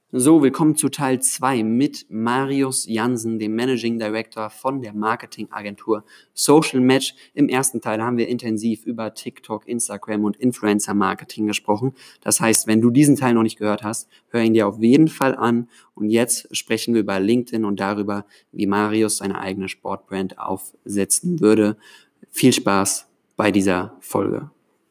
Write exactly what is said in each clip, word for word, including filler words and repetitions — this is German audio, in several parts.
So, willkommen zu Teil zwei mit Marius Jansen, dem Managing Director von der Marketingagentur Social Match. Im ersten Teil haben wir intensiv über TikTok, Instagram und Influencer Marketing gesprochen. Das heißt, wenn du diesen Teil noch nicht gehört hast, hör ihn dir auf jeden Fall an. Und jetzt sprechen wir über LinkedIn und darüber, wie Marius seine eigene Sportbrand aufsetzen würde. Viel Spaß bei dieser Folge.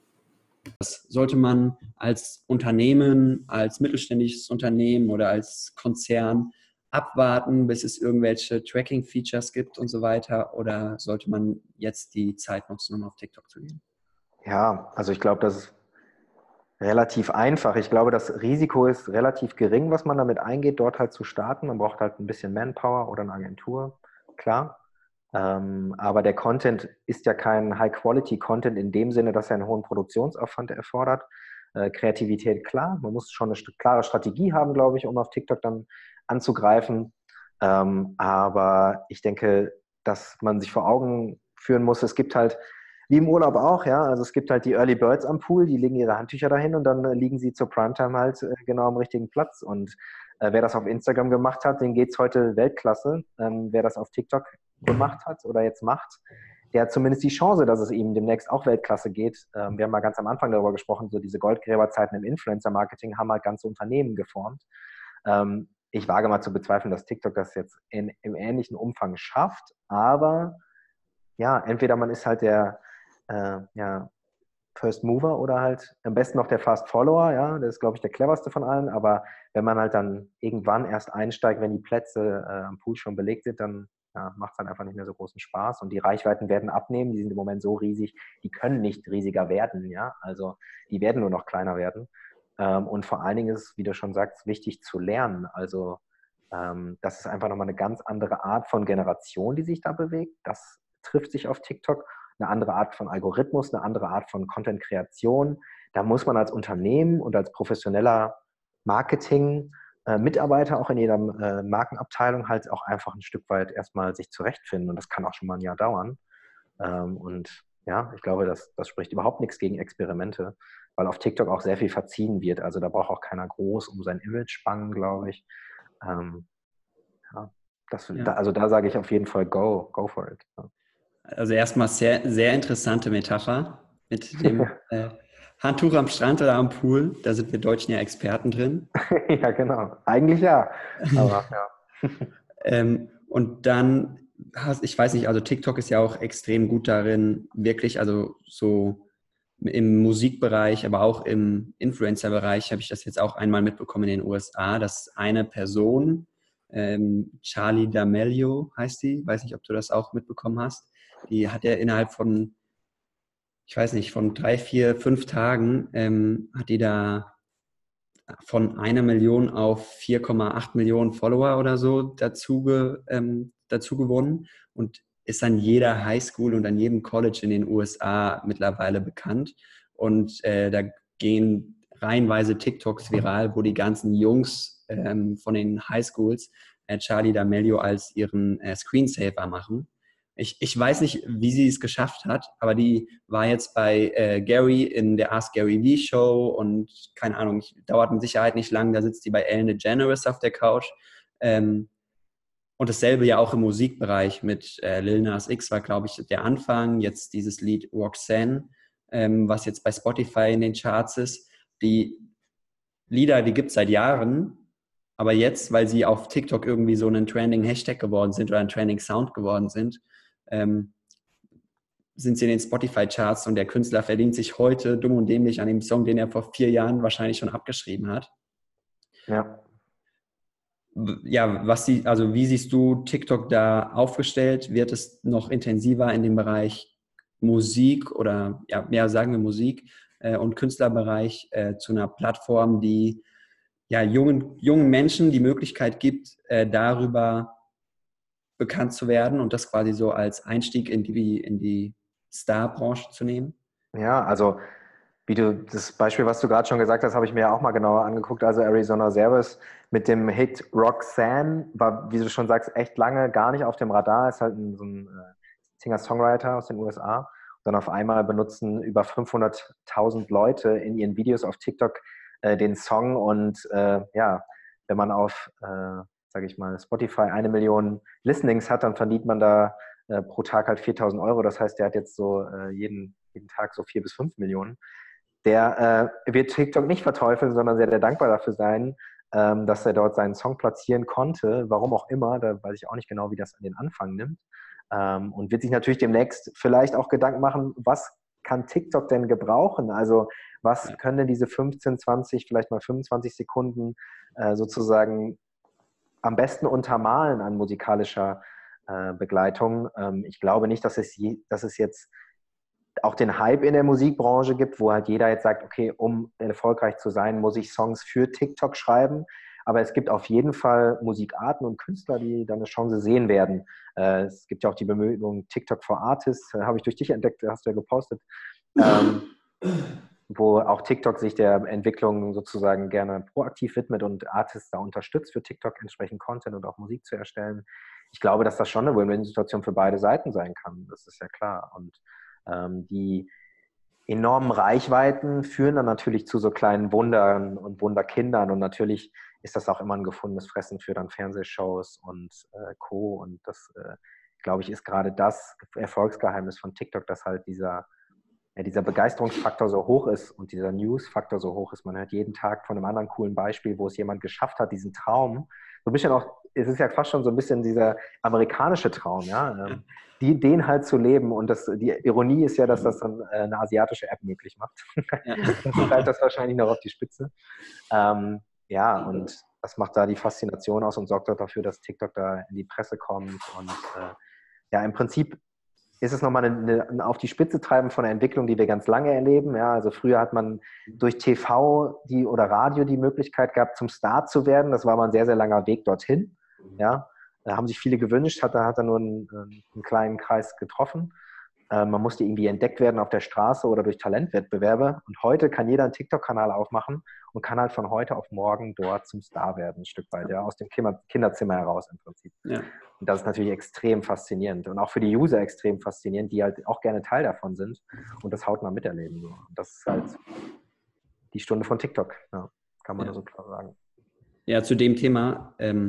Das sollte man als Unternehmen, als mittelständisches Unternehmen oder als Konzern abwarten, bis es irgendwelche Tracking-Features gibt und so weiter? Oder sollte man jetzt die Zeit nutzen, um auf TikTok zu gehen? Ja, also ich glaube, das ist relativ einfach. Ich glaube, das Risiko ist relativ gering, was man damit eingeht, dort halt zu starten. Man braucht halt ein bisschen Manpower oder eine Agentur, klar. Ähm, aber der Content ist ja kein High-Quality-Content in dem Sinne, dass er einen hohen Produktionsaufwand erfordert. Äh, Kreativität, klar. Man muss schon eine st- klare Strategie haben, glaube ich, um auf TikTok dann anzugreifen. Ähm, aber ich denke, dass man sich vor Augen führen muss, es gibt halt, wie im Urlaub auch, ja, also es gibt halt die Early Birds am Pool, die legen ihre Handtücher dahin und dann äh, liegen sie zur Primetime halt äh, genau am richtigen Platz. Und äh, wer das auf Instagram gemacht hat, den geht's heute Weltklasse. Ähm, wer das auf TikTok gemacht hat oder jetzt macht, der hat zumindest die Chance, dass es ihm demnächst auch Weltklasse geht. Ähm, wir haben mal ganz am Anfang darüber gesprochen, so diese Goldgräberzeiten im Influencer-Marketing haben halt ganze Unternehmen geformt. Ähm, ich wage mal zu bezweifeln, dass TikTok das jetzt in, im ähnlichen Umfang schafft, aber ja, entweder man ist halt der äh, ja, First Mover oder halt am besten noch der Fast Follower, ja, das ist, glaube ich, der cleverste von allen, aber wenn man halt dann irgendwann erst einsteigt, wenn die Plätze äh, am Pool schon belegt sind, dann ja, macht es dann einfach nicht mehr so großen Spaß und die Reichweiten werden abnehmen, die sind im Moment so riesig, die können nicht riesiger werden, ja, also die werden nur noch kleiner werden ähm, und vor allen Dingen ist es, wie du schon sagst, wichtig zu lernen, also ähm, das ist einfach nochmal eine ganz andere Art von Generation, die sich da bewegt, das trifft sich auf TikTok, eine andere Art von Algorithmus, eine andere Art von Content-Kreation. Da muss man als Unternehmen und als professioneller Marketing-Mitarbeiter auch in jeder äh, Markenabteilung halt auch einfach ein Stück weit erstmal sich zurechtfinden. Und das kann auch schon mal ein Jahr dauern. Ähm, und ja, ich glaube, das, das spricht überhaupt nichts gegen Experimente, weil auf TikTok auch sehr viel verziehen wird. Also da braucht auch keiner groß um sein Image bangen, glaube ich. Ähm, ja, das, da, Ja. also da sage ich auf jeden Fall go, go for it. Ja. Also erstmal sehr, sehr interessante Metapher mit dem äh, Handtuch am Strand oder am Pool. Da sind wir Deutschen ja Experten drin. Ja, genau. Eigentlich ja. Aber ja. Ähm, und dann hast, ich weiß nicht, also TikTok ist ja auch extrem gut darin, wirklich, also so im Musikbereich, aber auch im Influencer-Bereich habe ich das jetzt auch einmal mitbekommen in den U S A, dass eine Person, ähm, Charlie D'Amelio heißt die, weiß nicht, ob du das auch mitbekommen hast, die hat ja innerhalb von, ich weiß nicht, von drei, vier, fünf Tagen, ähm, hat die da von einer Million auf vier Komma acht Millionen Follower oder so dazu, ge, ähm, dazu gewonnen und ist an jeder Highschool und an jedem College in den U S A mittlerweile bekannt. Und äh, da gehen reihenweise TikToks viral, wo die ganzen Jungs ähm, von den Highschools äh, Charlie D'Amelio als ihren äh, Screensaver machen. Ich, ich weiß nicht, wie sie es geschafft hat, aber die war jetzt bei äh, Gary in der Ask Gary Vee Show und keine Ahnung, dauert mit Sicherheit nicht lang, da sitzt die bei Ellen DeGeneres auf der Couch. Ähm, und dasselbe ja auch im Musikbereich mit äh, Lil Nas X war, glaube ich, der Anfang. Jetzt dieses Lied Roxanne, ähm, was jetzt bei Spotify in den Charts ist. Die Lieder, die gibt es seit Jahren, aber jetzt, weil sie auf TikTok irgendwie so einen trending Hashtag geworden sind oder ein trending Sound geworden sind, ähm, sind sie in den Spotify-Charts und der Künstler verdient sich heute dumm und dämlich an dem Song, den er vor vier Jahren wahrscheinlich schon abgeschrieben hat. Ja. Ja, was sie, also wie siehst du TikTok da aufgestellt? Wird es noch intensiver in dem Bereich Musik oder ja, mehr sagen wir Musik äh, und Künstlerbereich äh, zu einer Plattform, die ja jungen, jungen Menschen die Möglichkeit gibt, äh, darüber bekannt zu werden und das quasi so als Einstieg in die, in die Starbranche zu nehmen? Ja, also wie du das Beispiel, was du gerade schon gesagt hast, habe ich mir ja auch mal genauer angeguckt. Also Arizona Service mit dem Hit Roxanne war, wie du schon sagst, echt lange gar nicht auf dem Radar. Ist halt ein, so ein äh, Singer-Songwriter aus den U S A. Und dann auf einmal benutzen über fünfhunderttausend Leute in ihren Videos auf TikTok äh, den Song und äh, ja, wenn man auf, äh, sage ich mal, Spotify eine Million Listenings hat, dann verdient man da äh, pro Tag halt viertausend Euro. Das heißt, der hat jetzt so äh, jeden, jeden Tag so vier bis fünf Millionen. Der äh, wird TikTok nicht verteufeln, sondern sehr, sehr dankbar dafür sein, ähm, dass er dort seinen Song platzieren konnte. Warum auch immer, da weiß ich auch nicht genau, wie das an den Anfang nimmt. Ähm, und wird sich natürlich demnächst vielleicht auch Gedanken machen, was kann TikTok denn gebrauchen? Also was ja. können denn diese fünfzehn, zwanzig, vielleicht mal fünfundzwanzig Sekunden äh, sozusagen am besten untermalen an musikalischer äh, Begleitung? Ähm, ich glaube nicht, dass es, je, dass es jetzt auch den Hype in der Musikbranche gibt, wo halt jeder jetzt sagt, okay, um erfolgreich zu sein, muss ich Songs für TikTok schreiben. Aber es gibt auf jeden Fall Musikarten und Künstler, die da eine Chance sehen werden. Äh, es gibt ja auch die Bemühungen TikTok for Artists, äh, habe ich durch dich entdeckt, hast du ja gepostet, ähm, wo auch TikTok sich der Entwicklung sozusagen gerne proaktiv widmet und Artists da unterstützt, für TikTok entsprechend Content und auch Musik zu erstellen. Ich glaube, dass das schon eine Win-Win-Situation für beide Seiten sein kann. Das ist ja klar. Und ähm, die enormen Reichweiten führen dann natürlich zu so kleinen Wundern und Wunderkindern, und natürlich ist das auch immer ein gefundenes Fressen für dann Fernsehshows und äh, Co. Und das, äh, glaube ich, ist gerade das Erfolgsgeheimnis von TikTok, dass halt dieser, ja, dieser Begeisterungsfaktor so hoch ist und dieser News-Faktor so hoch ist. Man hört jeden Tag von einem anderen coolen Beispiel, wo es jemand geschafft hat, diesen Traum, so ein bisschen auch, es ist ja fast schon so ein bisschen dieser amerikanische Traum, ja, ähm, die, den halt zu leben. Und das, die Ironie ist ja, dass das dann eine asiatische App möglich macht. Ja. Das treibt das wahrscheinlich noch auf die Spitze. Ähm, ja, und das macht da die Faszination aus und sorgt auch dafür, dass TikTok da in die Presse kommt. Und äh, ja, im Prinzip ist es nochmal eine, eine auf die Spitze treiben von einer Entwicklung, die wir ganz lange erleben. Ja, also früher hat man durch T V die, oder Radio die Möglichkeit gehabt, zum Star zu werden. Das war mal ein sehr, sehr langer Weg dorthin. Ja, da haben sich viele gewünscht, hat, da hat er nur einen, einen kleinen Kreis getroffen. Äh, man musste irgendwie entdeckt werden auf der Straße oder durch Talentwettbewerbe. Und heute kann jeder einen TikTok-Kanal aufmachen und kann halt von heute auf morgen dort zum Star werden, ein Stück weit, ja, aus dem Kinderzimmer heraus im Prinzip. Ja. Und das ist natürlich extrem faszinierend und auch für die User extrem faszinierend, die halt auch gerne Teil davon sind und das hautnah miterleben. So. Und das ist halt die Stunde von TikTok, ja, kann man ja. nur so klar sagen. Ja, zu dem Thema, ähm,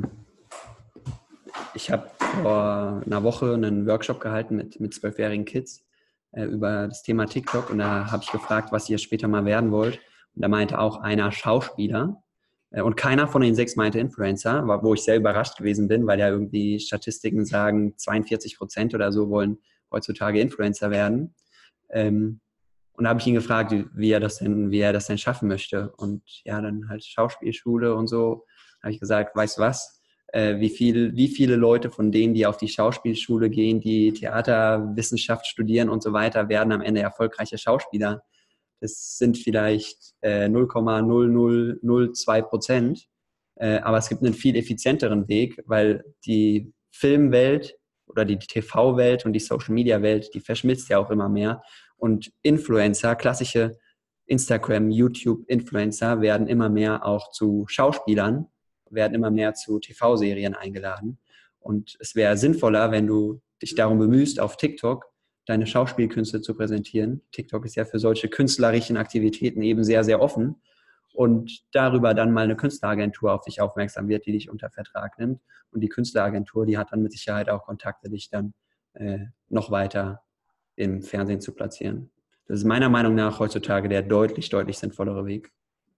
ich habe vor einer Woche einen Workshop gehalten mit, mit zwölfjährigen Kids äh, über das Thema TikTok, und da habe ich gefragt, was ihr später mal werden wollt. Und da meinte auch einer Schauspieler äh, und keiner von den sechs meinte Influencer, wo ich sehr überrascht gewesen bin, weil ja irgendwie Statistiken sagen, zweiundvierzig Prozent oder so wollen heutzutage Influencer werden. Ähm, und da habe ich ihn gefragt, wie er das denn, wie er das denn schaffen möchte. Und ja, dann halt Schauspielschule und so. Da habe ich gesagt, weißt du was? Wie, viel, wie viele Leute von denen, die auf die Schauspielschule gehen, die Theaterwissenschaft studieren und so weiter, werden am Ende erfolgreiche Schauspieler. Das sind vielleicht äh, null Komma null null null zwei Prozent, äh, aber es gibt einen viel effizienteren Weg, weil die Filmwelt oder die T V-Welt und die Social-Media-Welt, die verschmilzt ja auch immer mehr. Und Influencer, klassische Instagram, YouTube-Influencer werden immer mehr auch zu Schauspielern, werden immer mehr zu T V-Serien eingeladen. Und es wäre sinnvoller, wenn du dich darum bemühst, auf TikTok deine Schauspielkünste zu präsentieren. TikTok ist ja für solche künstlerischen Aktivitäten eben sehr, sehr offen. Und darüber dann mal eine Künstleragentur auf dich aufmerksam wird, die dich unter Vertrag nimmt. Und die Künstleragentur, die hat dann mit Sicherheit auch Kontakte, dich dann äh, noch weiter im Fernsehen zu platzieren. Das ist meiner Meinung nach heutzutage der deutlich, deutlich sinnvollere Weg.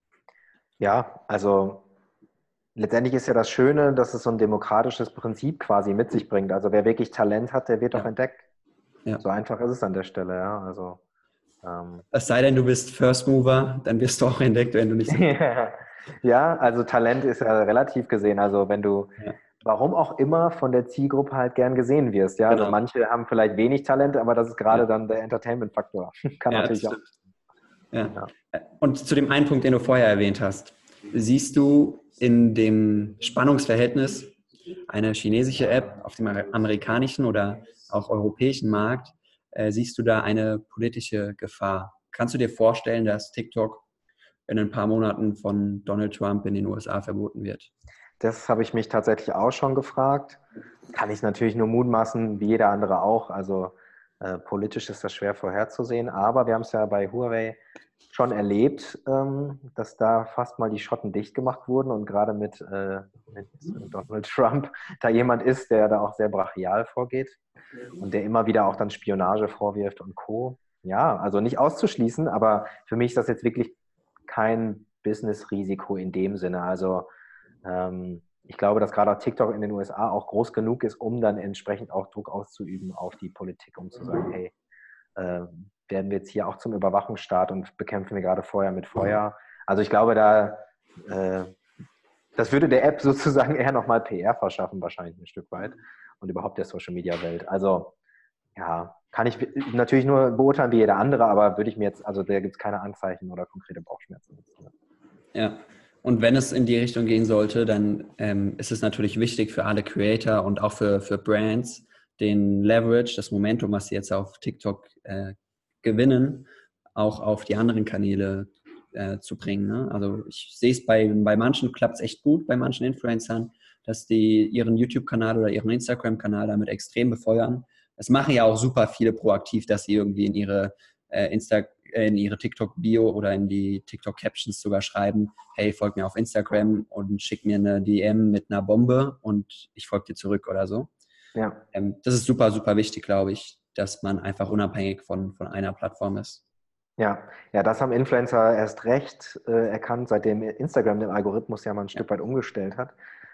Ja, also letztendlich ist ja das Schöne, dass es so ein demokratisches Prinzip quasi mit sich bringt. Also wer wirklich Talent hat, der wird ja. auch entdeckt. Ja. So einfach ist es an der Stelle, ja. Also, ähm, es sei denn, du bist First Mover, dann wirst du auch entdeckt, wenn du nicht so ja, also Talent ist ja relativ gesehen. Also wenn du, ja. warum auch immer, von der Zielgruppe halt gern gesehen wirst. Ja, genau. Also manche haben vielleicht wenig Talent, aber das ist gerade ja. dann der Entertainment-Faktor. Kann ja, natürlich auch. Ja. ja. Und zu dem einen Punkt, den du vorher erwähnt hast, siehst du in dem Spannungsverhältnis eine chinesische App auf dem amerikanischen oder auch europäischen Markt, äh, siehst du da eine politische Gefahr? Kannst du dir vorstellen, dass TikTok in ein paar Monaten von Donald Trump in den U S A verboten wird? Das habe ich mich tatsächlich auch schon gefragt. Kann ich natürlich nur mutmaßen, wie jeder andere auch. Also Äh, politisch ist das schwer vorherzusehen, aber wir haben es ja bei Huawei schon erlebt, ähm, dass da fast mal die Schotten dicht gemacht wurden und gerade mit, äh, mit Donald Trump da jemand ist, der da auch sehr brachial vorgeht und der immer wieder auch dann Spionage vorwirft und Co. Ja, also nicht auszuschließen, aber für mich ist das jetzt wirklich kein Business-Risiko in dem Sinne. Also ähm, ich glaube, dass gerade auch TikTok in den U S A auch groß genug ist, um dann entsprechend auch Druck auszuüben auf die Politik, um zu sagen, hey, äh, werden wir jetzt hier auch zum Überwachungsstaat und bekämpfen wir gerade Feuer mit Feuer. Also ich glaube, da äh, das würde der App sozusagen eher nochmal P R verschaffen, wahrscheinlich ein Stück weit und überhaupt der Social-Media-Welt. Also ja, kann ich natürlich nur beurteilen wie jeder andere, aber würde ich mir jetzt, also da gibt es keine Anzeichen oder konkrete Bauchschmerzen. Ja, und wenn es in die Richtung gehen sollte, dann ähm, ist es natürlich wichtig für alle Creator und auch für, für Brands, den Leverage, das Momentum, was sie jetzt auf TikTok äh, gewinnen, auch auf die anderen Kanäle äh, zu bringen. Ne? Also ich sehe es bei, bei manchen klappt es echt gut, bei manchen Influencern, dass die ihren YouTube-Kanal oder ihren Instagram-Kanal damit extrem befeuern. Das machen ja auch super viele proaktiv, dass sie irgendwie in ihre äh, Insta in ihre TikTok-Bio oder in die TikTok-Captions sogar schreiben, hey, folg mir auf Instagram und schick mir eine D M mit einer Bombe und ich folge dir zurück oder so. Ja. Ähm, das ist super, super wichtig, glaube ich, dass man einfach unabhängig von, von einer Plattform ist. Ja, ja, das haben Influencer erst recht äh, erkannt, seitdem Instagram den Algorithmus ja mal ein Stück weit umgestellt hat.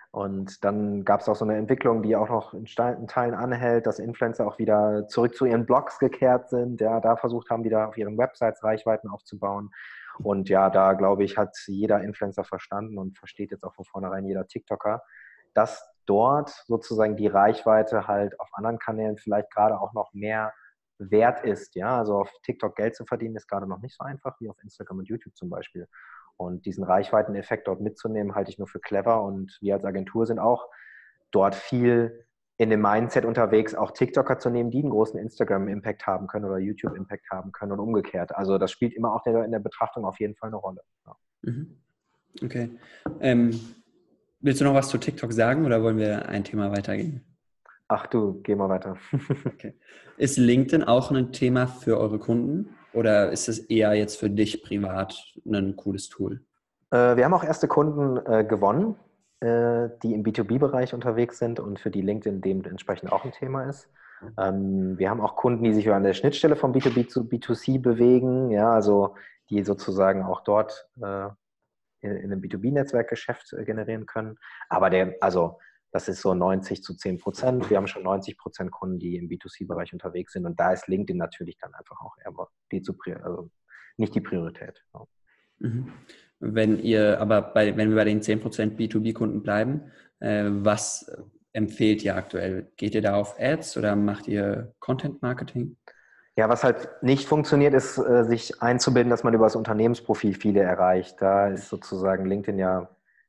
Und dann gab es auch so eine Entwicklung, die auch noch in Teilen anhält, dass Influencer auch wieder zurück zu ihren Blogs gekehrt sind, ja, da versucht haben, wieder auf ihren Websites Reichweiten aufzubauen. Und ja, da glaube ich, hat jeder Influencer verstanden und versteht jetzt auch von vornherein jeder TikToker, dass dort sozusagen die Reichweite halt auf anderen Kanälen vielleicht gerade auch noch mehr wert ist. Ja, also auf TikTok Geld zu verdienen ist gerade noch nicht so einfach wie auf Instagram und YouTube zum Beispiel. Und diesen Reichweiteneffekt dort mitzunehmen, halte ich nur für clever. Und wir als Agentur sind auch dort viel in dem Mindset unterwegs, auch TikToker zu nehmen, die einen großen Instagram-Impact haben können oder YouTube-Impact haben können und umgekehrt. Also das spielt immer auch in der Betrachtung auf jeden Fall eine Rolle. Ja. Mhm. Okay. Ähm, willst du noch was zu TikTok sagen oder wollen wir ein Thema weitergehen? Ach du, geh mal weiter. Okay. Ist LinkedIn auch ein Thema für eure Kunden oder ist es eher jetzt für dich privat ein cooles Tool? Äh, wir haben auch erste Kunden äh, gewonnen, äh, die im B zwei B-Bereich unterwegs sind und für die LinkedIn dementsprechend auch ein Thema ist. Ähm, wir haben auch Kunden, die sich an der Schnittstelle von B zwei B zu B zwei C bewegen, ja, also die sozusagen auch dort äh, in, in einem B zwei B-Netzwerk Geschäft äh, generieren können. Aber der, also das ist so neunzig zu zehn Prozent. Wir haben schon neunzig Prozent Kunden, die im B zwei C-Bereich unterwegs sind und da ist LinkedIn natürlich dann einfach auch eher die zu, also nicht die Priorität. Ja. Mhm. Wenn ihr, aber bei, wenn wir bei den zehn Prozent B zwei B-Kunden bleiben, äh, was empfehlt ihr aktuell? Geht ihr da auf Ads oder macht ihr Content Marketing? Ja, was halt nicht funktioniert, ist, äh, sich einzubilden, dass man über das Unternehmensprofil viele erreicht. Da ist sozusagen LinkedIn ja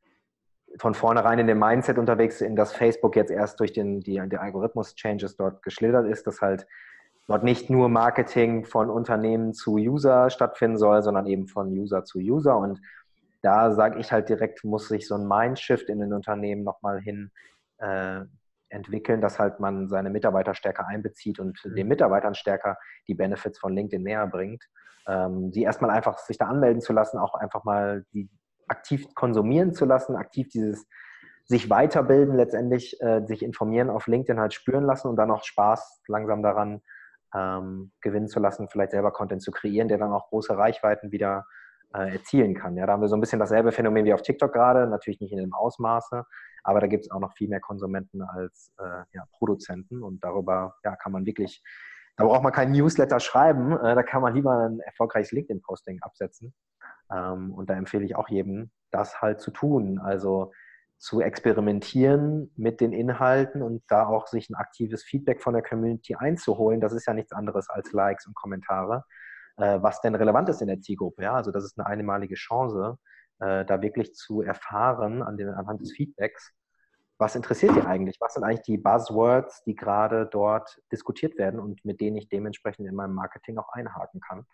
von vornherein in dem Mindset unterwegs, in das Facebook jetzt erst durch den, die, die Algorithmus-Changes dort geschildert ist, dass halt dort nicht nur Marketing von Unternehmen zu User stattfinden soll, sondern eben von User zu User. Und da sage ich halt direkt, muss sich so ein Mindshift in den Unternehmen nochmal hin äh, entwickeln, dass halt man seine Mitarbeiter stärker einbezieht und den Mitarbeitern stärker die Benefits von LinkedIn näher bringt. Ähm, sie erstmal einfach sich da anmelden zu lassen, auch einfach mal die aktiv konsumieren zu lassen, aktiv dieses sich weiterbilden, letztendlich äh, sich informieren auf LinkedIn halt spüren lassen und dann auch Spaß langsam daran ähm, gewinnen zu lassen, vielleicht selber Content zu kreieren, der dann auch große Reichweiten wieder äh, erzielen kann. Ja, da haben wir so ein bisschen dasselbe Phänomen wie auf TikTok gerade, natürlich nicht in dem Ausmaße, aber da gibt es auch noch viel mehr Konsumenten als äh, ja, Produzenten und darüber ja, kann man wirklich, da braucht man keinen Newsletter schreiben, äh, da kann man lieber ein erfolgreiches LinkedIn-Posting absetzen. Ähm, und da empfehle ich auch jedem, das halt zu tun. Also zu experimentieren mit den Inhalten und da auch sich ein aktives Feedback von der Community einzuholen. Das ist ja nichts anderes als Likes und Kommentare, äh, was denn relevant ist in der Zielgruppe. Ja? Also das ist eine einmalige Chance, äh, da wirklich zu erfahren an den, anhand des Feedbacks, was interessiert ihr eigentlich? Was sind eigentlich die Buzzwords, die gerade dort diskutiert werden und mit denen ich dementsprechend in meinem Marketing auch einhaken kann?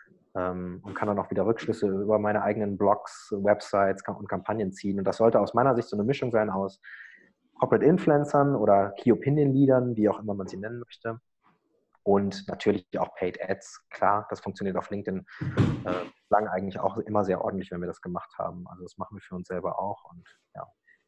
Und kann dann auch wieder Rückschlüsse über meine eigenen Blogs, Websites und Kampagnen ziehen. Und das sollte aus meiner Sicht so eine Mischung sein aus Corporate Influencern oder Key Opinion Leadern, wie auch immer man sie nennen möchte, Und natürlich auch Paid Ads, klar, das funktioniert auf LinkedIn äh, lang eigentlich auch immer sehr ordentlich, wenn wir das gemacht haben. Also das machen wir für uns selber auch und ja.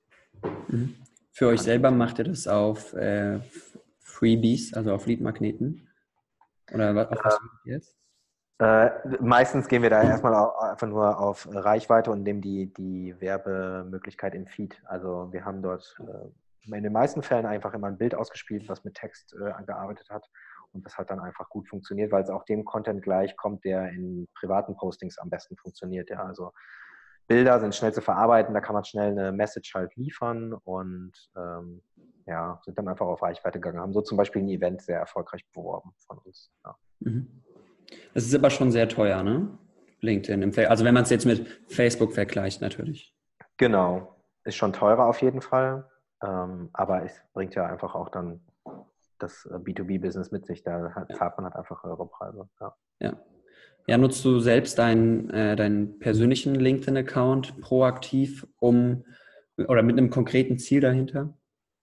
Mhm. Für euch selber macht ihr das auf äh, Freebies, also auf Lead-Magneten? Oder was, auf was macht ihr jetzt? Äh, meistens gehen wir da erstmal au- einfach nur auf Reichweite und nehmen die, die Werbemöglichkeit im Feed. Also wir haben dort äh, in den meisten Fällen einfach immer ein Bild ausgespielt, was mit Text äh, gearbeitet hat. Und das hat dann einfach gut funktioniert, weil es auch dem Content gleichkommt, der in privaten Postings am besten funktioniert. Ja, also Bilder sind schnell zu verarbeiten, da kann man schnell eine Message halt liefern und ähm, ja, sind dann einfach auf Reichweite gegangen. Haben so zum Beispiel ein Event sehr erfolgreich beworben von uns. Ja. Mhm. Das ist aber schon sehr teuer, ne? LinkedIn. Im Ver- also wenn man es jetzt mit Facebook vergleicht, natürlich. Genau, ist schon teurer auf jeden Fall, ähm, aber es bringt ja einfach auch dann das äh, B zwei B-Business mit sich. Da hat, Ja. zahlt man halt einfach höhere Preise. Ja. Ja. Ja, nutzt du selbst deinen, äh, deinen persönlichen LinkedIn-Account proaktiv, um oder mit einem konkreten Ziel dahinter?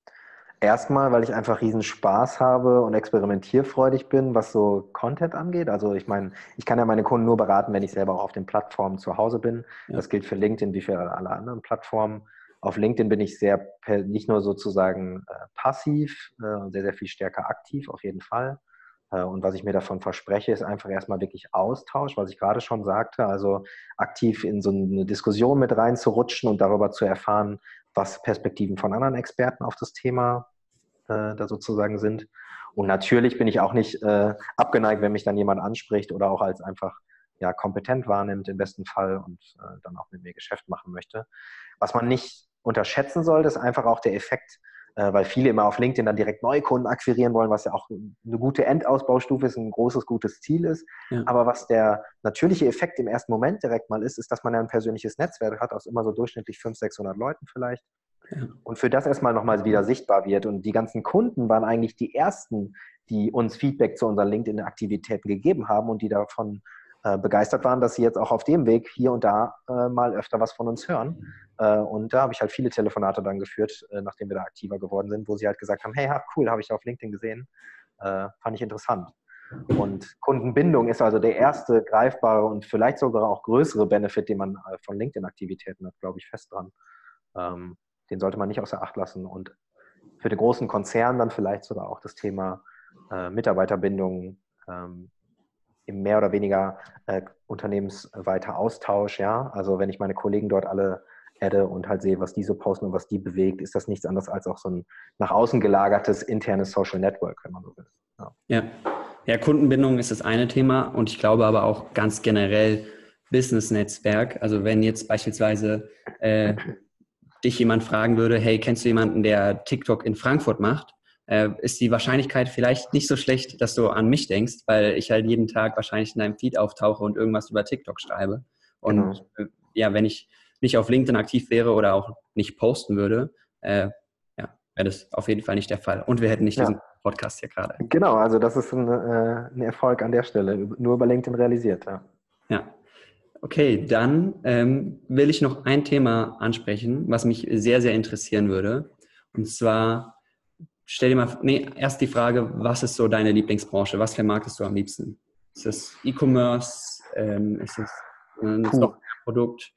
Erstmal, weil ich einfach riesen Spaß habe und experimentierfreudig bin, was so Content angeht. Also ich meine, ich kann ja meine Kunden nur beraten, wenn ich selber auch auf den Plattformen zu Hause bin. Ja. Das gilt für LinkedIn wie für alle anderen Plattformen. Auf LinkedIn bin ich sehr, per- nicht nur sozusagen äh, passiv, äh, sehr, sehr viel stärker aktiv, auf jeden Fall. Äh, und was ich mir davon verspreche, ist einfach erstmal wirklich Austausch, was ich gerade schon sagte. Also aktiv in so eine Diskussion mit reinzurutschen und darüber zu erfahren, was Perspektiven von anderen Experten auf das Thema äh, da sozusagen sind. Und natürlich bin ich auch nicht äh, abgeneigt, wenn mich dann jemand anspricht oder auch als einfach ja, kompetent wahrnimmt im besten Fall und äh, dann auch mit mir Geschäft machen möchte. Was man nicht unterschätzen sollte, ist einfach auch der Effekt, äh, weil viele immer auf LinkedIn dann direkt neue Kunden akquirieren wollen, was ja auch eine gute Endausbaustufe ist, ein großes, gutes Ziel ist. Ja. Aber was der natürliche Effekt im ersten Moment direkt mal ist, ist, dass man ja ein persönliches Netzwerk hat aus immer so durchschnittlich fünfhundert, sechshundert Leuten vielleicht. Ja. Und für das erstmal nochmal wieder sichtbar wird. Und die ganzen Kunden waren eigentlich die ersten, die uns Feedback zu unseren LinkedIn-Aktivitäten gegeben haben und die davon äh, begeistert waren, dass sie jetzt auch auf dem Weg hier und da äh, mal öfter was von uns hören. Äh, und da habe ich halt viele Telefonate dann geführt, äh, nachdem wir da aktiver geworden sind, wo sie halt gesagt haben, hey, ha, cool, habe ich auf LinkedIn gesehen, äh, fand ich interessant. Und Kundenbindung ist also der erste greifbare und vielleicht sogar auch größere Benefit, den man äh, von LinkedIn-Aktivitäten hat, glaube ich, fest dran. Ähm, den sollte man nicht außer Acht lassen. Und für den großen Konzern dann vielleicht sogar auch das Thema äh, Mitarbeiterbindung ähm, im mehr oder weniger äh, unternehmensweiter Austausch. Ja? Also wenn ich meine Kollegen dort alle adde und halt sehe, was die so posten und was die bewegt, ist das nichts anderes als auch so ein nach außen gelagertes internes Social Network, wenn man so will. Ja. Ja. Ja, Kundenbindung ist das eine Thema und ich glaube aber auch ganz generell Business-Netzwerk. Also wenn jetzt beispielsweise äh, dich jemand fragen würde, hey, kennst du jemanden, der TikTok in Frankfurt macht, äh, ist die Wahrscheinlichkeit vielleicht nicht so schlecht, dass du an mich denkst, weil ich halt jeden Tag wahrscheinlich in deinem Feed auftauche und irgendwas über TikTok schreibe. Und Genau. äh, ja, wenn ich nicht auf LinkedIn aktiv wäre oder auch nicht posten würde, äh, ja, wäre das auf jeden Fall nicht der Fall. Und wir hätten nicht diesen Ja, Podcast hier gerade. genau. Also das ist ein, äh, ein Erfolg an der Stelle, nur über LinkedIn realisiert. Ja. Ja. Okay, dann ähm, will ich noch ein Thema ansprechen, was mich sehr, sehr interessieren würde. Und zwar, stell dir mal, nee, erst die Frage, was ist so deine Lieblingsbranche? Was vermarktest du am liebsten? Ist es E-Commerce? Ähm, ist es ein Puh. Softwareprodukt?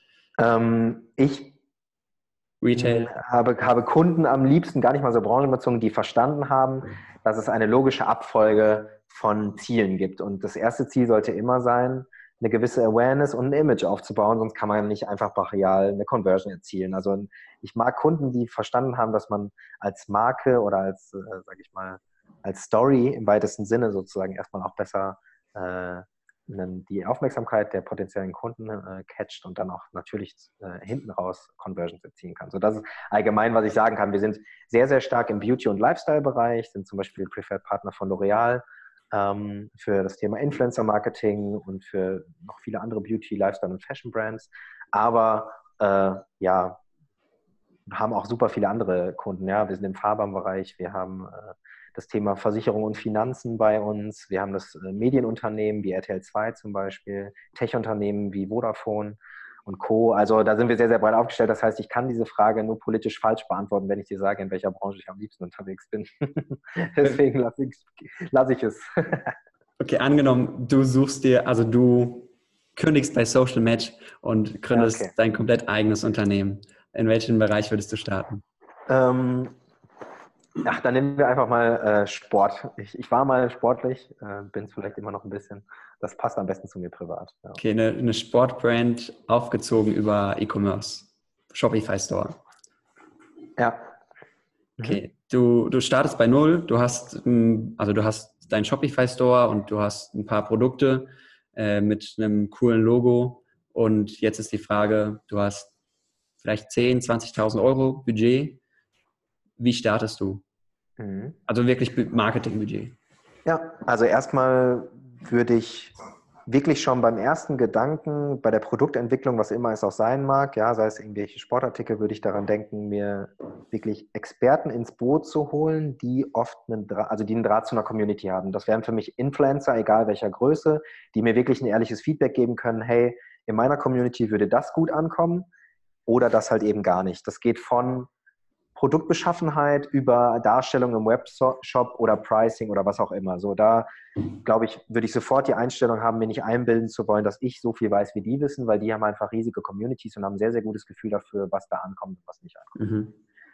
Ähm, ich Retail? habe, habe Kunden am liebsten, gar nicht mal so branchenbezogen, die verstanden haben, dass es eine logische Abfolge von Zielen gibt. Und das erste Ziel sollte immer sein, eine gewisse Awareness und ein Image aufzubauen, sonst kann man nicht einfach brachial eine Conversion erzielen. Also ich mag Kunden, die verstanden haben, dass man als Marke oder als, äh, sage ich mal, als Story im weitesten Sinne sozusagen erstmal auch besser äh, die Aufmerksamkeit der potenziellen Kunden äh, catcht und dann auch natürlich äh, hinten raus Conversions erzielen kann. So, das ist allgemein, was ich sagen kann. Wir sind sehr, sehr stark im Beauty- und Lifestyle-Bereich, sind zum Beispiel Preferred Partner von L'Oreal ähm, für das Thema Influencer-Marketing und für noch viele andere Beauty-, Lifestyle- und Fashion-Brands. Aber äh, ja, haben auch super viele andere Kunden. Ja, wir sind im Fahrbahnbereich, wir haben äh, das Thema Versicherung und Finanzen bei uns, wir haben das äh, Medienunternehmen wie R T L zwei zum Beispiel, Tech-Unternehmen wie Vodafone und Co. Also da sind wir sehr, sehr breit aufgestellt. Das heißt, ich kann diese Frage nur politisch falsch beantworten, wenn ich dir sage, in welcher Branche ich am liebsten unterwegs bin. Deswegen lasse ich, lass ich es. Okay, angenommen, du suchst dir, also du kündigst bei Social Match und gründest Okay. dein komplett eigenes Unternehmen. In welchem Bereich würdest du starten? Ähm, ach, dann nehmen wir einfach mal äh, Sport. Ich, ich war mal sportlich, äh, bin es vielleicht immer noch ein bisschen. Das passt am besten zu mir privat. Ja. Okay, eine, eine Sportbrand aufgezogen über E-Commerce, Shopify Store. Ja. Okay, du, du startest bei Null, du hast, ähm, also du hast deinen Shopify Store und du hast ein paar Produkte äh, mit einem coolen Logo und jetzt ist die Frage, du hast vielleicht zehntausend, zwanzigtausend Euro Budget. Wie startest du? Mhm. Also wirklich Marketingbudget. Ja, also erstmal würde ich wirklich schon beim ersten Gedanken, bei der Produktentwicklung, was immer es auch sein mag, ja, sei es irgendwelche Sportartikel, würde ich daran denken, mir wirklich Experten ins Boot zu holen, die oft einen Draht, also die einen Draht zu einer Community haben. Das wären für mich Influencer, egal welcher Größe, die mir wirklich ein ehrliches Feedback geben können, hey, in meiner Community würde das gut ankommen oder das halt eben gar nicht. Das geht von Produktbeschaffenheit über Darstellung im Webshop oder Pricing oder was auch immer. So, da glaube ich, würde ich sofort die Einstellung haben, mir nicht einbilden zu wollen, dass ich so viel weiß, wie die wissen, weil die haben einfach riesige Communities und haben ein sehr, sehr gutes Gefühl dafür, was da ankommt und was nicht ankommt. Mhm.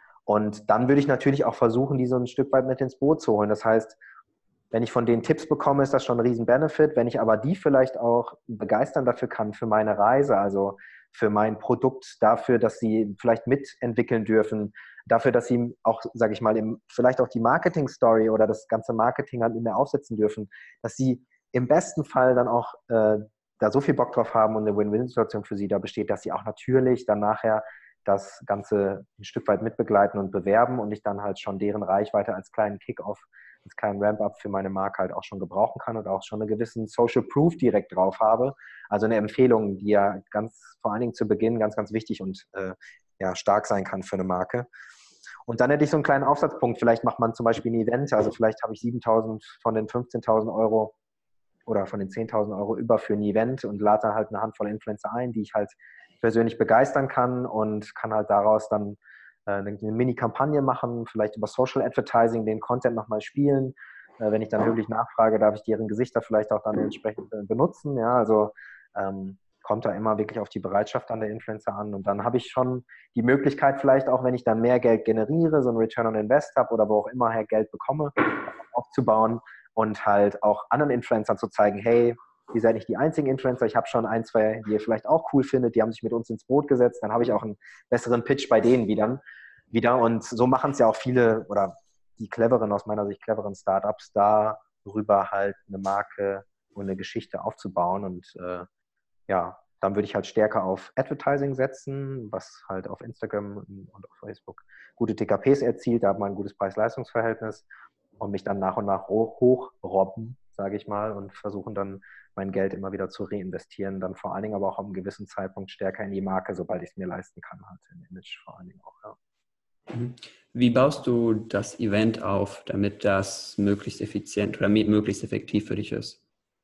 Und dann würde ich natürlich auch versuchen, die so ein Stück weit mit ins Boot zu holen. Das heißt, wenn ich von denen Tipps bekomme, ist das schon ein riesen Benefit. Wenn ich aber die vielleicht auch begeistern dafür kann für meine Reise, also für mein Produkt, dafür, dass sie vielleicht mitentwickeln dürfen, dafür, dass sie auch, sage ich mal, im, vielleicht auch die Marketing-Story oder das ganze Marketing halt mit mir aufsetzen dürfen, dass sie im besten Fall dann auch äh, da so viel Bock drauf haben und eine Win-Win-Situation für sie da besteht, dass sie auch natürlich dann nachher das Ganze ein Stück weit mitbegleiten und bewerben und ich dann halt schon deren Reichweite als kleinen Kick-Off, als kleinen Ramp-Up für meine Marke halt auch schon gebrauchen kann und auch schon einen gewissen Social Proof direkt drauf habe. Also eine Empfehlung, die ja ganz, vor allen Dingen zu Beginn ganz, ganz wichtig und äh, ja, stark sein kann für eine Marke. Und dann hätte ich so einen kleinen Aufsatzpunkt. Vielleicht macht man zum Beispiel ein Event. Also vielleicht habe ich siebentausend von den fünfzehntausend Euro oder von den zehntausend Euro über für ein Event und lade dann halt eine Handvoll Influencer ein, die ich halt persönlich begeistern kann und kann halt daraus dann äh, eine Mini-Kampagne machen, vielleicht über Social Advertising den Content nochmal spielen. Äh, wenn ich dann höflich nachfrage, darf ich deren Gesichter vielleicht auch dann entsprechend äh, benutzen. Ja, also ähm, kommt da immer wirklich auf die Bereitschaft an der Influencer an. Und dann habe ich schon die Möglichkeit vielleicht auch, wenn ich dann mehr Geld generiere, so ein Return on Invest habe oder wo auch immer her Geld bekomme, aufzubauen und halt auch anderen Influencern zu zeigen, hey, ihr seid nicht die einzigen Influencer, ich habe schon ein, zwei, die ihr vielleicht auch cool findet, die haben sich mit uns ins Boot gesetzt, dann habe ich auch einen besseren Pitch bei denen wieder. wieder. Und so machen es ja auch viele oder die cleveren, aus meiner Sicht cleveren Startups, darüber halt eine Marke und eine Geschichte aufzubauen und äh, ja, dann würde ich halt stärker auf Advertising setzen, was halt auf Instagram und auf Facebook gute T K Ps erzielt. Da hat man ein gutes Preis-Leistungs-Verhältnis und mich dann nach und nach hochrobben, sage ich mal, und versuchen dann mein Geld immer wieder zu reinvestieren. Dann vor allen Dingen aber auch am gewissen Zeitpunkt stärker in die Marke, sobald ich es mir leisten kann, halt im Image vor allen Dingen auch. Ja. Wie baust du das Event auf, damit das möglichst effizient oder möglichst effektiv für dich ist?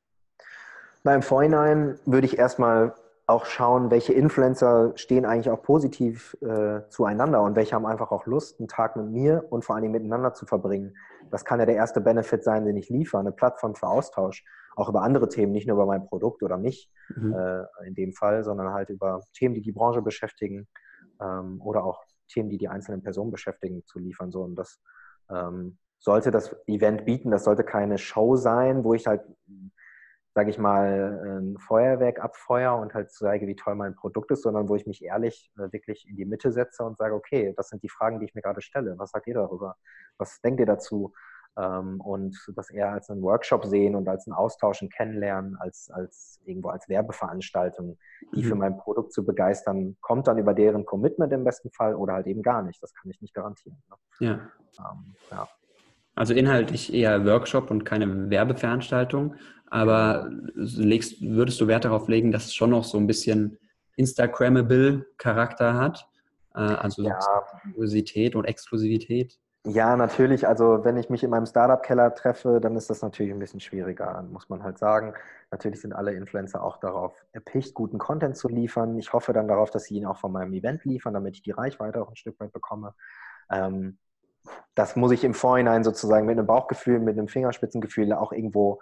Na, im Vorhinein würde ich erstmal auch schauen, welche Influencer stehen eigentlich auch positiv äh, zueinander und welche haben einfach auch Lust, einen Tag mit mir und vor allen Dingen miteinander zu verbringen. Das kann ja der erste Benefit sein, den ich liefere, eine Plattform für Austausch, auch über andere Themen, nicht nur über mein Produkt oder mich mhm. äh, in dem Fall, sondern halt über Themen, die die Branche beschäftigen ähm, oder auch Themen, die die einzelnen Personen beschäftigen, zu liefern. So. Und das ähm, sollte das Event bieten, das sollte keine Show sein, wo ich halt sage ich mal, ein Feuerwerk abfeuer und halt zeige, wie toll mein Produkt ist, sondern wo ich mich ehrlich äh, wirklich in die Mitte setze und sage, okay, das sind die Fragen, die ich mir gerade stelle. Was sagt ihr darüber? Was denkt ihr dazu? Ähm, und das eher als einen Workshop sehen und als ein Austauschen kennenlernen, als, als irgendwo als Werbeveranstaltung, die mhm. für mein Produkt zu begeistern, kommt dann über deren Commitment im besten Fall oder halt eben gar nicht. Das kann ich nicht garantieren. Ne? Ja. Ähm, ja. Also inhaltlich eher Workshop und keine Werbeveranstaltung, aber legst, würdest du Wert darauf legen, dass es schon noch so ein bisschen Instagrammable Charakter hat? Also ja. Exklusivität und Exklusivität? Ja, natürlich. Also wenn ich mich in meinem Startup-Keller treffe, dann ist das natürlich ein bisschen schwieriger, muss man halt sagen. Natürlich sind alle Influencer auch darauf erpicht, guten Content zu liefern. Ich hoffe dann darauf, dass sie ihn auch von meinem Event liefern, damit ich die Reichweite auch ein Stück weit bekomme. Ähm, das muss ich im Vorhinein sozusagen mit einem Bauchgefühl, mit einem Fingerspitzengefühl auch irgendwo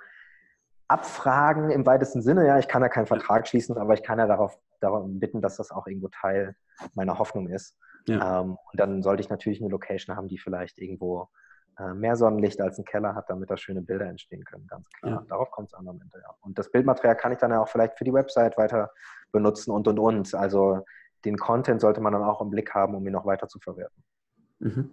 abfragen im weitesten Sinne. Ja, ich kann ja keinen Ja, Vertrag schließen, aber ich kann ja darauf, darum bitten, dass das auch irgendwo Teil meiner Hoffnung ist. ja, Ähm, und dann sollte ich natürlich eine Location haben, die vielleicht irgendwo äh, mehr Sonnenlicht als ein Keller hat, damit da schöne Bilder entstehen können, ganz ja. klar. Darauf kommt es an am Ende, ja. Und das Bildmaterial kann ich dann ja auch vielleicht für die Website weiter benutzen und, und, und. Also den Content sollte man dann auch im Blick haben, um ihn noch weiter zu verwerten. Mhm.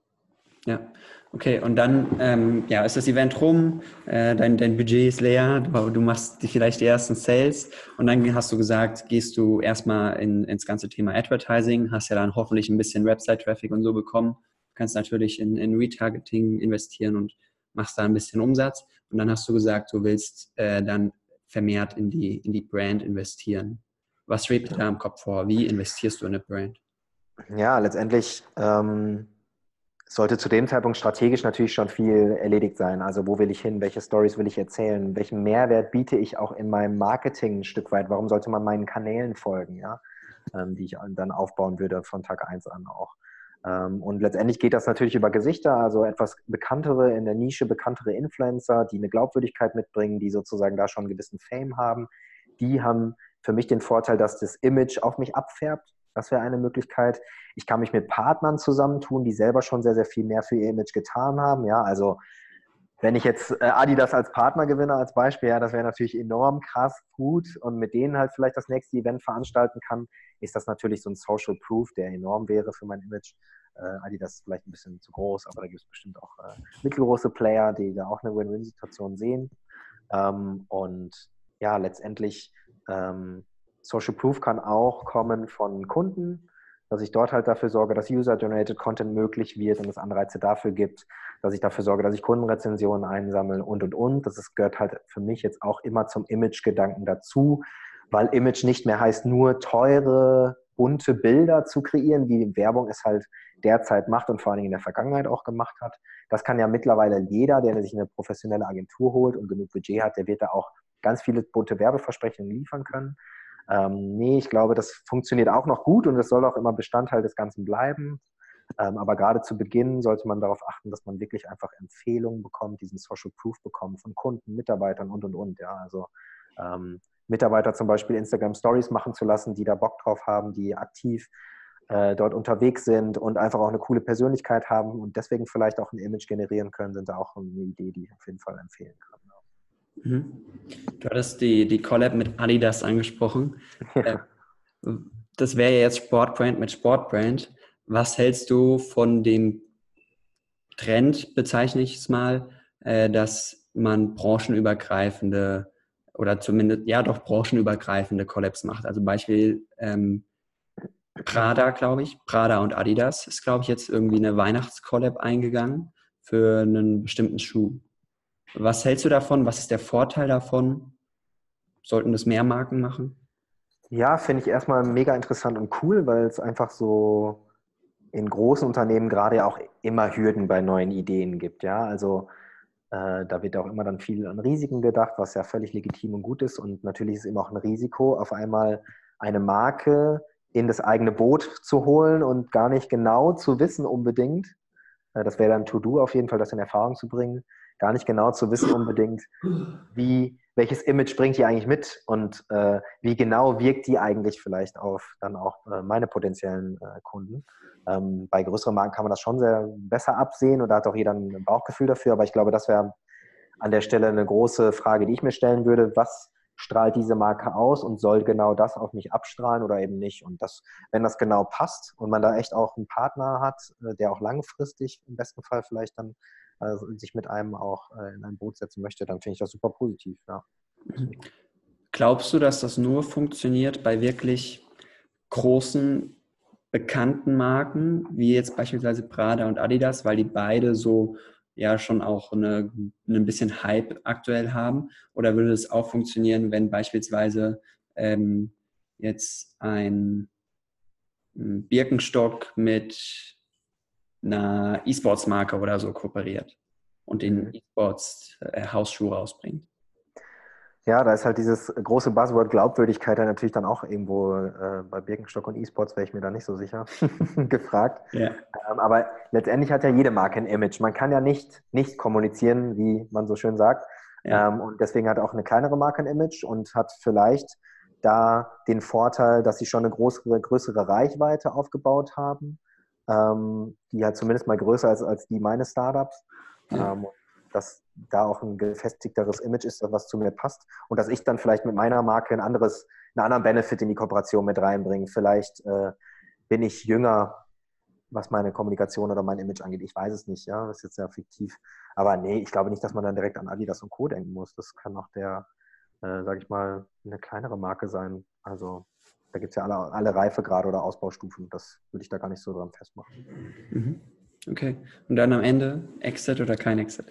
Ja, okay. Und dann ähm, ja, ist das Event rum, äh, dein, dein Budget ist leer, du, du machst die, vielleicht die ersten Sales und dann hast du gesagt, gehst du erstmal in, ins ganze Thema Advertising, hast ja dann hoffentlich ein bisschen Website-Traffic und so bekommen, kannst natürlich in, in Retargeting investieren und machst da ein bisschen Umsatz. Und dann hast du gesagt, du willst äh, dann vermehrt in die, in die Brand investieren. Was schwebt dir da im Kopf vor? Wie investierst du in eine Brand? Ja, letztendlich ähm, sollte zu dem Zeitpunkt strategisch natürlich schon viel erledigt sein. Also wo will ich hin? Welche Stories will ich erzählen? Welchen Mehrwert biete ich auch in meinem Marketing ein Stück weit? Warum sollte man meinen Kanälen folgen, ja? Ähm, die ich dann aufbauen würde von Tag eins an auch. Ähm, und letztendlich geht das natürlich über Gesichter, also etwas bekanntere, in der Nische bekanntere Influencer, die eine Glaubwürdigkeit mitbringen, die sozusagen da schon einen gewissen Fame haben. Die haben für mich den Vorteil, dass das Image auf mich abfärbt. Das wäre eine Möglichkeit. Ich kann mich mit Partnern zusammentun, die selber schon sehr, sehr viel mehr für ihr Image getan haben. Ja, also wenn ich jetzt äh, Adidas als Partner gewinne, als Beispiel, ja, das wäre natürlich enorm krass gut und mit denen halt vielleicht das nächste Event veranstalten kann, ist das natürlich so ein Social Proof, der enorm wäre für mein Image. Äh, Adidas ist vielleicht ein bisschen zu groß, aber da gibt es bestimmt auch äh, mittelgroße Player, die da auch eine Win-Win-Situation sehen. Ähm, und ja, letztendlich ähm, Social Proof kann auch kommen von Kunden, dass ich dort halt dafür sorge, dass User-Generated Content möglich wird und es Anreize dafür gibt, dass ich dafür sorge, dass ich Kundenrezensionen einsammle und, und, und. Das ist, gehört halt für mich jetzt auch immer zum Image-Gedanken dazu, weil Image nicht mehr heißt, nur teure, bunte Bilder zu kreieren, wie Werbung es halt derzeit macht und vor allen Dingen in der Vergangenheit auch gemacht hat. Das kann ja mittlerweile jeder, der sich eine professionelle Agentur holt und genug Budget hat, der wird da auch ganz viele bunte Werbeversprechungen liefern können. Ähm, nee, ich glaube, das funktioniert auch noch gut und das soll auch immer Bestandteil des Ganzen bleiben. Ähm, aber gerade zu Beginn sollte man darauf achten, dass man wirklich einfach Empfehlungen bekommt, diesen Social Proof bekommt von Kunden, Mitarbeitern und, und, und. Ja, also ähm, Mitarbeiter zum Beispiel Instagram Stories machen zu lassen, die da Bock drauf haben, die aktiv äh, dort unterwegs sind und einfach auch eine coole Persönlichkeit haben und deswegen vielleicht auch ein Image generieren können, sind da auch eine Idee, die ich auf jeden Fall empfehlen kann. Mhm. Du hattest die, die Collab mit Adidas angesprochen. Äh, Ja. Das wäre ja jetzt Sportbrand mit Sportbrand. Was hältst du von dem Trend, bezeichne ich es mal, äh, dass man branchenübergreifende oder zumindest, ja doch, branchenübergreifende Collabs macht? Also Beispiel ähm, Prada, glaube ich. Prada und Adidas ist, glaube ich, jetzt irgendwie eine Weihnachtscollab eingegangen für einen bestimmten Schuh. Was hältst du davon? Was ist der Vorteil davon? Sollten das mehr Marken machen? Ja, finde ich erstmal mega interessant und cool, weil es einfach so in großen Unternehmen gerade ja auch immer Hürden bei neuen Ideen gibt. Ja, also äh, da wird auch immer dann viel an Risiken gedacht, was ja völlig legitim und gut ist. Und natürlich ist es immer auch ein Risiko, auf einmal eine Marke in das eigene Boot zu holen und gar nicht genau zu wissen unbedingt. Äh, das wäre dann To-Do auf jeden Fall, das in Erfahrung zu bringen. Gar nicht genau zu wissen unbedingt, wie, welches Image bringt die eigentlich mit und äh, wie genau wirkt die eigentlich vielleicht auf dann auch äh, meine potenziellen äh, Kunden. Ähm, bei größeren Marken kann man das schon sehr besser absehen und da hat auch jeder ein Bauchgefühl dafür, aber ich glaube, das wäre an der Stelle eine große Frage, die ich mir stellen würde. Was strahlt diese Marke aus und soll genau das auf mich abstrahlen oder eben nicht? Und das, wenn das genau passt und man da echt auch einen Partner hat, äh, der auch langfristig im besten Fall vielleicht dann äh, sich mit einem auch äh, in ein Boot setzen möchte, dann finde ich das super positiv. Ja. Glaubst du, dass das nur funktioniert bei wirklich großen, bekannten Marken, wie jetzt beispielsweise Prada und Adidas, weil die beide so ja schon auch eine, ein bisschen Hype aktuell haben? Oder würde es auch funktionieren, wenn beispielsweise ähm, jetzt ein Birkenstock mit einer E-Sports-Marke oder so kooperiert und den Mhm. E-Sports-Hausschuh rausbringt. Ja, da ist halt dieses große Buzzword Glaubwürdigkeit dann natürlich dann auch irgendwo äh, bei Birkenstock und E-Sports wäre ich mir da nicht so sicher gefragt. Ja, Ähm, aber letztendlich hat ja jede Marke ein Image. Man kann ja nicht nicht kommunizieren, wie man so schön sagt. ja, Ähm, und deswegen hat auch eine kleinere Marke ein Image und hat vielleicht da den Vorteil, dass sie schon eine größere, größere Reichweite aufgebaut haben, ähm, die halt zumindest mal größer ist als die meines Startups. ja, Ähm, dass da auch ein gefestigteres Image ist, was zu mir passt. Und dass ich dann vielleicht mit meiner Marke ein anderes, einen anderen Benefit in die Kooperation mit reinbringe. Vielleicht äh, bin ich jünger, was meine Kommunikation oder mein Image angeht. Ich weiß es nicht, ja, das ist jetzt sehr fiktiv. Aber nee, ich glaube nicht, dass man dann direkt an Adidas und Co. denken muss. Das kann auch der, äh, sage ich mal, eine kleinere Marke sein. Also da gibt es ja alle, alle Reifegrade oder Ausbaustufen. Das würde ich da gar nicht so dran festmachen. mhm. Okay. Und dann am Ende Exit oder kein Exit?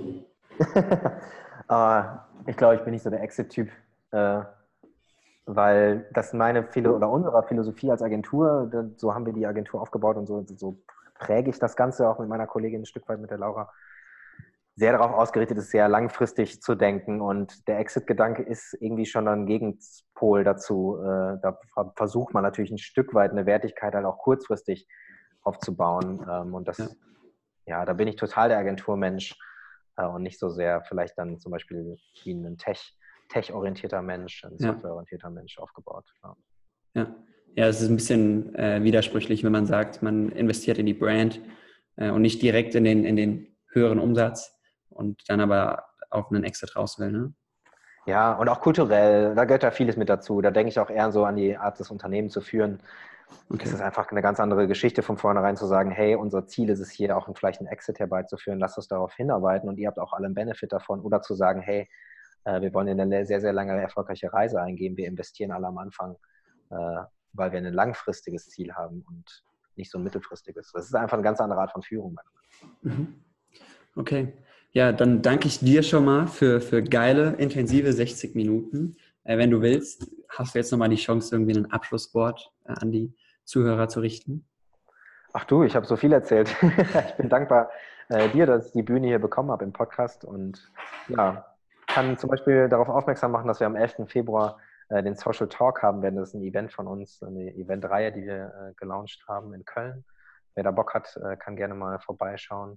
Aber ich glaube, ich bin nicht so der Exit-Typ, äh, weil das meine Philo oder unsere Philosophie als Agentur, so haben wir die Agentur aufgebaut und so, so präge ich das Ganze auch mit meiner Kollegin ein Stück weit, mit der Laura, sehr darauf ausgerichtet ist, sehr langfristig zu denken. Und der Exit-Gedanke ist irgendwie schon ein Gegenpol dazu. Äh, da versucht man natürlich ein Stück weit eine Wertigkeit halt auch kurzfristig aufzubauen. Ähm, und Ja. das, ja, da bin ich total der Agenturmensch äh, und nicht so sehr vielleicht dann zum Beispiel wie ein Tech, Tech-orientierter Mensch, ein Ja. Software-orientierter Mensch aufgebaut. Ja. Ja, ja, es ist ein bisschen äh, widersprüchlich, wenn man sagt, man investiert in die Brand äh, und nicht direkt in den, in den höheren Umsatz und dann aber auf einen Exit raus will. Ne? Ja, und auch kulturell, da gehört ja vieles mit dazu. Da denke ich auch eher so an die Art, das Unternehmen zu führen. Es Okay. ist einfach eine ganz andere Geschichte von vornherein zu sagen, hey, unser Ziel ist es hier auch vielleicht einen Exit herbeizuführen, lasst uns darauf hinarbeiten und ihr habt auch alle einen Benefit davon. Oder zu sagen, hey, äh, wir wollen in eine sehr, sehr lange erfolgreiche Reise eingehen, wir investieren alle am Anfang, äh, weil wir ein langfristiges Ziel haben und nicht so ein mittelfristiges. Das ist einfach eine ganz andere Art von Führung. Mhm. Okay. Ja, dann danke ich dir schon mal für, für geile, intensive sechzig Minuten. Äh, wenn du willst, hast du jetzt nochmal die Chance, irgendwie ein Abschlusswort äh, an die Zuhörer zu richten. Ach du, ich habe so viel erzählt. Ich bin dankbar äh, dir, dass ich die Bühne hier bekommen habe im Podcast und ja, kann zum Beispiel darauf aufmerksam machen, dass wir am elften Februar äh, den Social Talk haben werden. Das ist ein Event von uns, eine Eventreihe, die wir äh, gelauncht haben in Köln. Wer da Bock hat, äh, kann gerne mal vorbeischauen.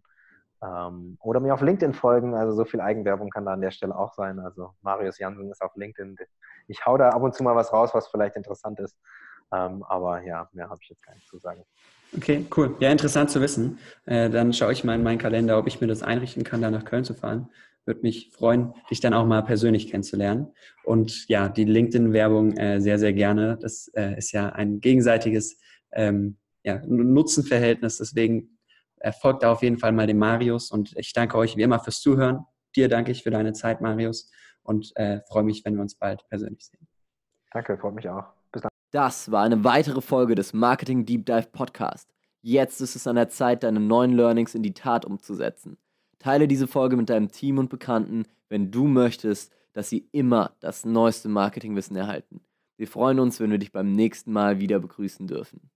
Ähm, oder mir auf LinkedIn folgen. Also so viel Eigenwerbung kann da an der Stelle auch sein. Also Marius Jansen ist auf LinkedIn. Ich hau da ab und zu mal was raus, was vielleicht interessant ist. Ähm, aber ja, mehr habe ich jetzt gar nicht zu sagen. Okay, cool. Ja, interessant zu wissen. Äh, dann schaue ich mal in meinen Kalender, ob ich mir das einrichten kann, da nach Köln zu fahren. Würde mich freuen, dich dann auch mal persönlich kennenzulernen. Und ja, die LinkedIn-Werbung äh, sehr, sehr gerne. Das äh, ist ja ein gegenseitiges ähm, ja, Nutzenverhältnis. Deswegen äh, folgt da auf jeden Fall mal dem Marius. Und ich danke euch wie immer fürs Zuhören. Dir danke ich für deine Zeit, Marius. Und äh, freue mich, wenn wir uns bald persönlich sehen. Danke, freut mich auch. Bis dann. Das war eine weitere Folge des Marketing Deep Dive Podcast. Jetzt ist es an der Zeit, deine neuen Learnings in die Tat umzusetzen. Teile diese Folge mit deinem Team und Bekannten, wenn du möchtest, dass sie immer das neueste Marketingwissen erhalten. Wir freuen uns, wenn wir dich beim nächsten Mal wieder begrüßen dürfen.